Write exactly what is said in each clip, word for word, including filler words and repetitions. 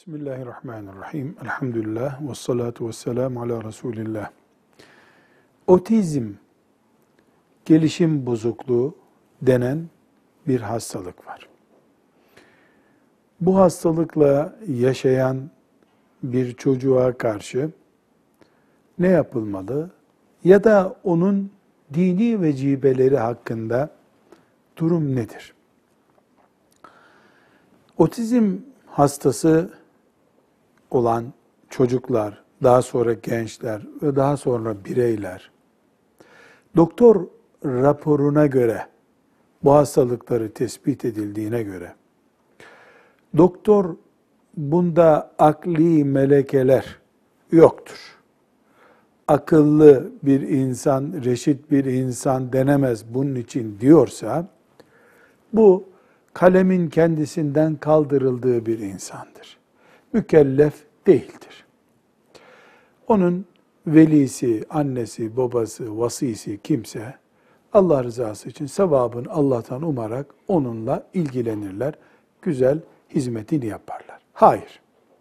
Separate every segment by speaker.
Speaker 1: Bismillahirrahmanirrahim. Elhamdülillah ve salatu ve selamu ala Resulillah. Otizm, gelişim bozukluğu denen bir hastalık var. Bu hastalıkla yaşayan bir çocuğa karşı ne yapılmalı? Ya da onun dini vecibeleri hakkında durum nedir? Otizm hastası olan çocuklar, daha sonra gençler ve daha sonra bireyler, doktor raporuna göre bu hastalıkları tespit edildiğine göre, doktor bunda akli melekeler yoktur, akıllı bir insan, reşit bir insan denemez bunun için diyorsa, bu kalemin kendisinden kaldırıldığı bir insandır. Mükellef değildir. Onun velisi, annesi, babası, vasisi kimse Allah rızası için sevabını Allah'tan umarak onunla ilgilenirler. Güzel hizmetini yaparlar. Hayır.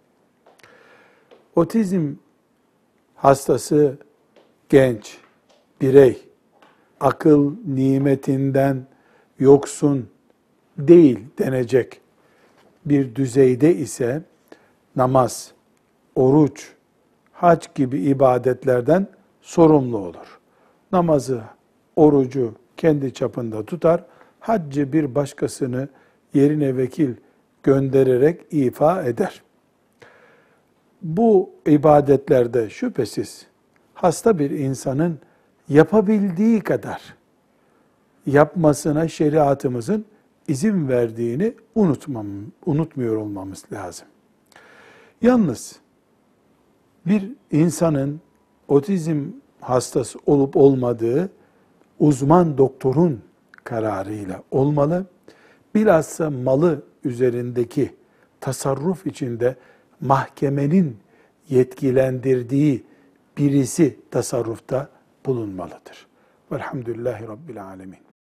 Speaker 1: Otizm hastası genç, birey, akıl nimetinden yoksun değil denecek bir düzeyde ise namaz, oruç, hac gibi ibadetlerden sorumlu olur. Namazı, orucu kendi çapında tutar, haccı bir başkasını yerine vekil göndererek ifa eder. Bu ibadetlerde şüphesiz hasta bir insanın yapabildiği kadar yapmasına şeriatımızın izin verdiğini unutmam, unutmuyor olmamız lazım. Yalnız bir insanın otizm hastası olup olmadığı uzman doktorun kararıyla olmalı. Bilhassa malı üzerindeki tasarruf içinde mahkemenin yetkilendirdiği birisi tasarrufta bulunmalıdır. Velhamdülillahi Rabbil Alemin.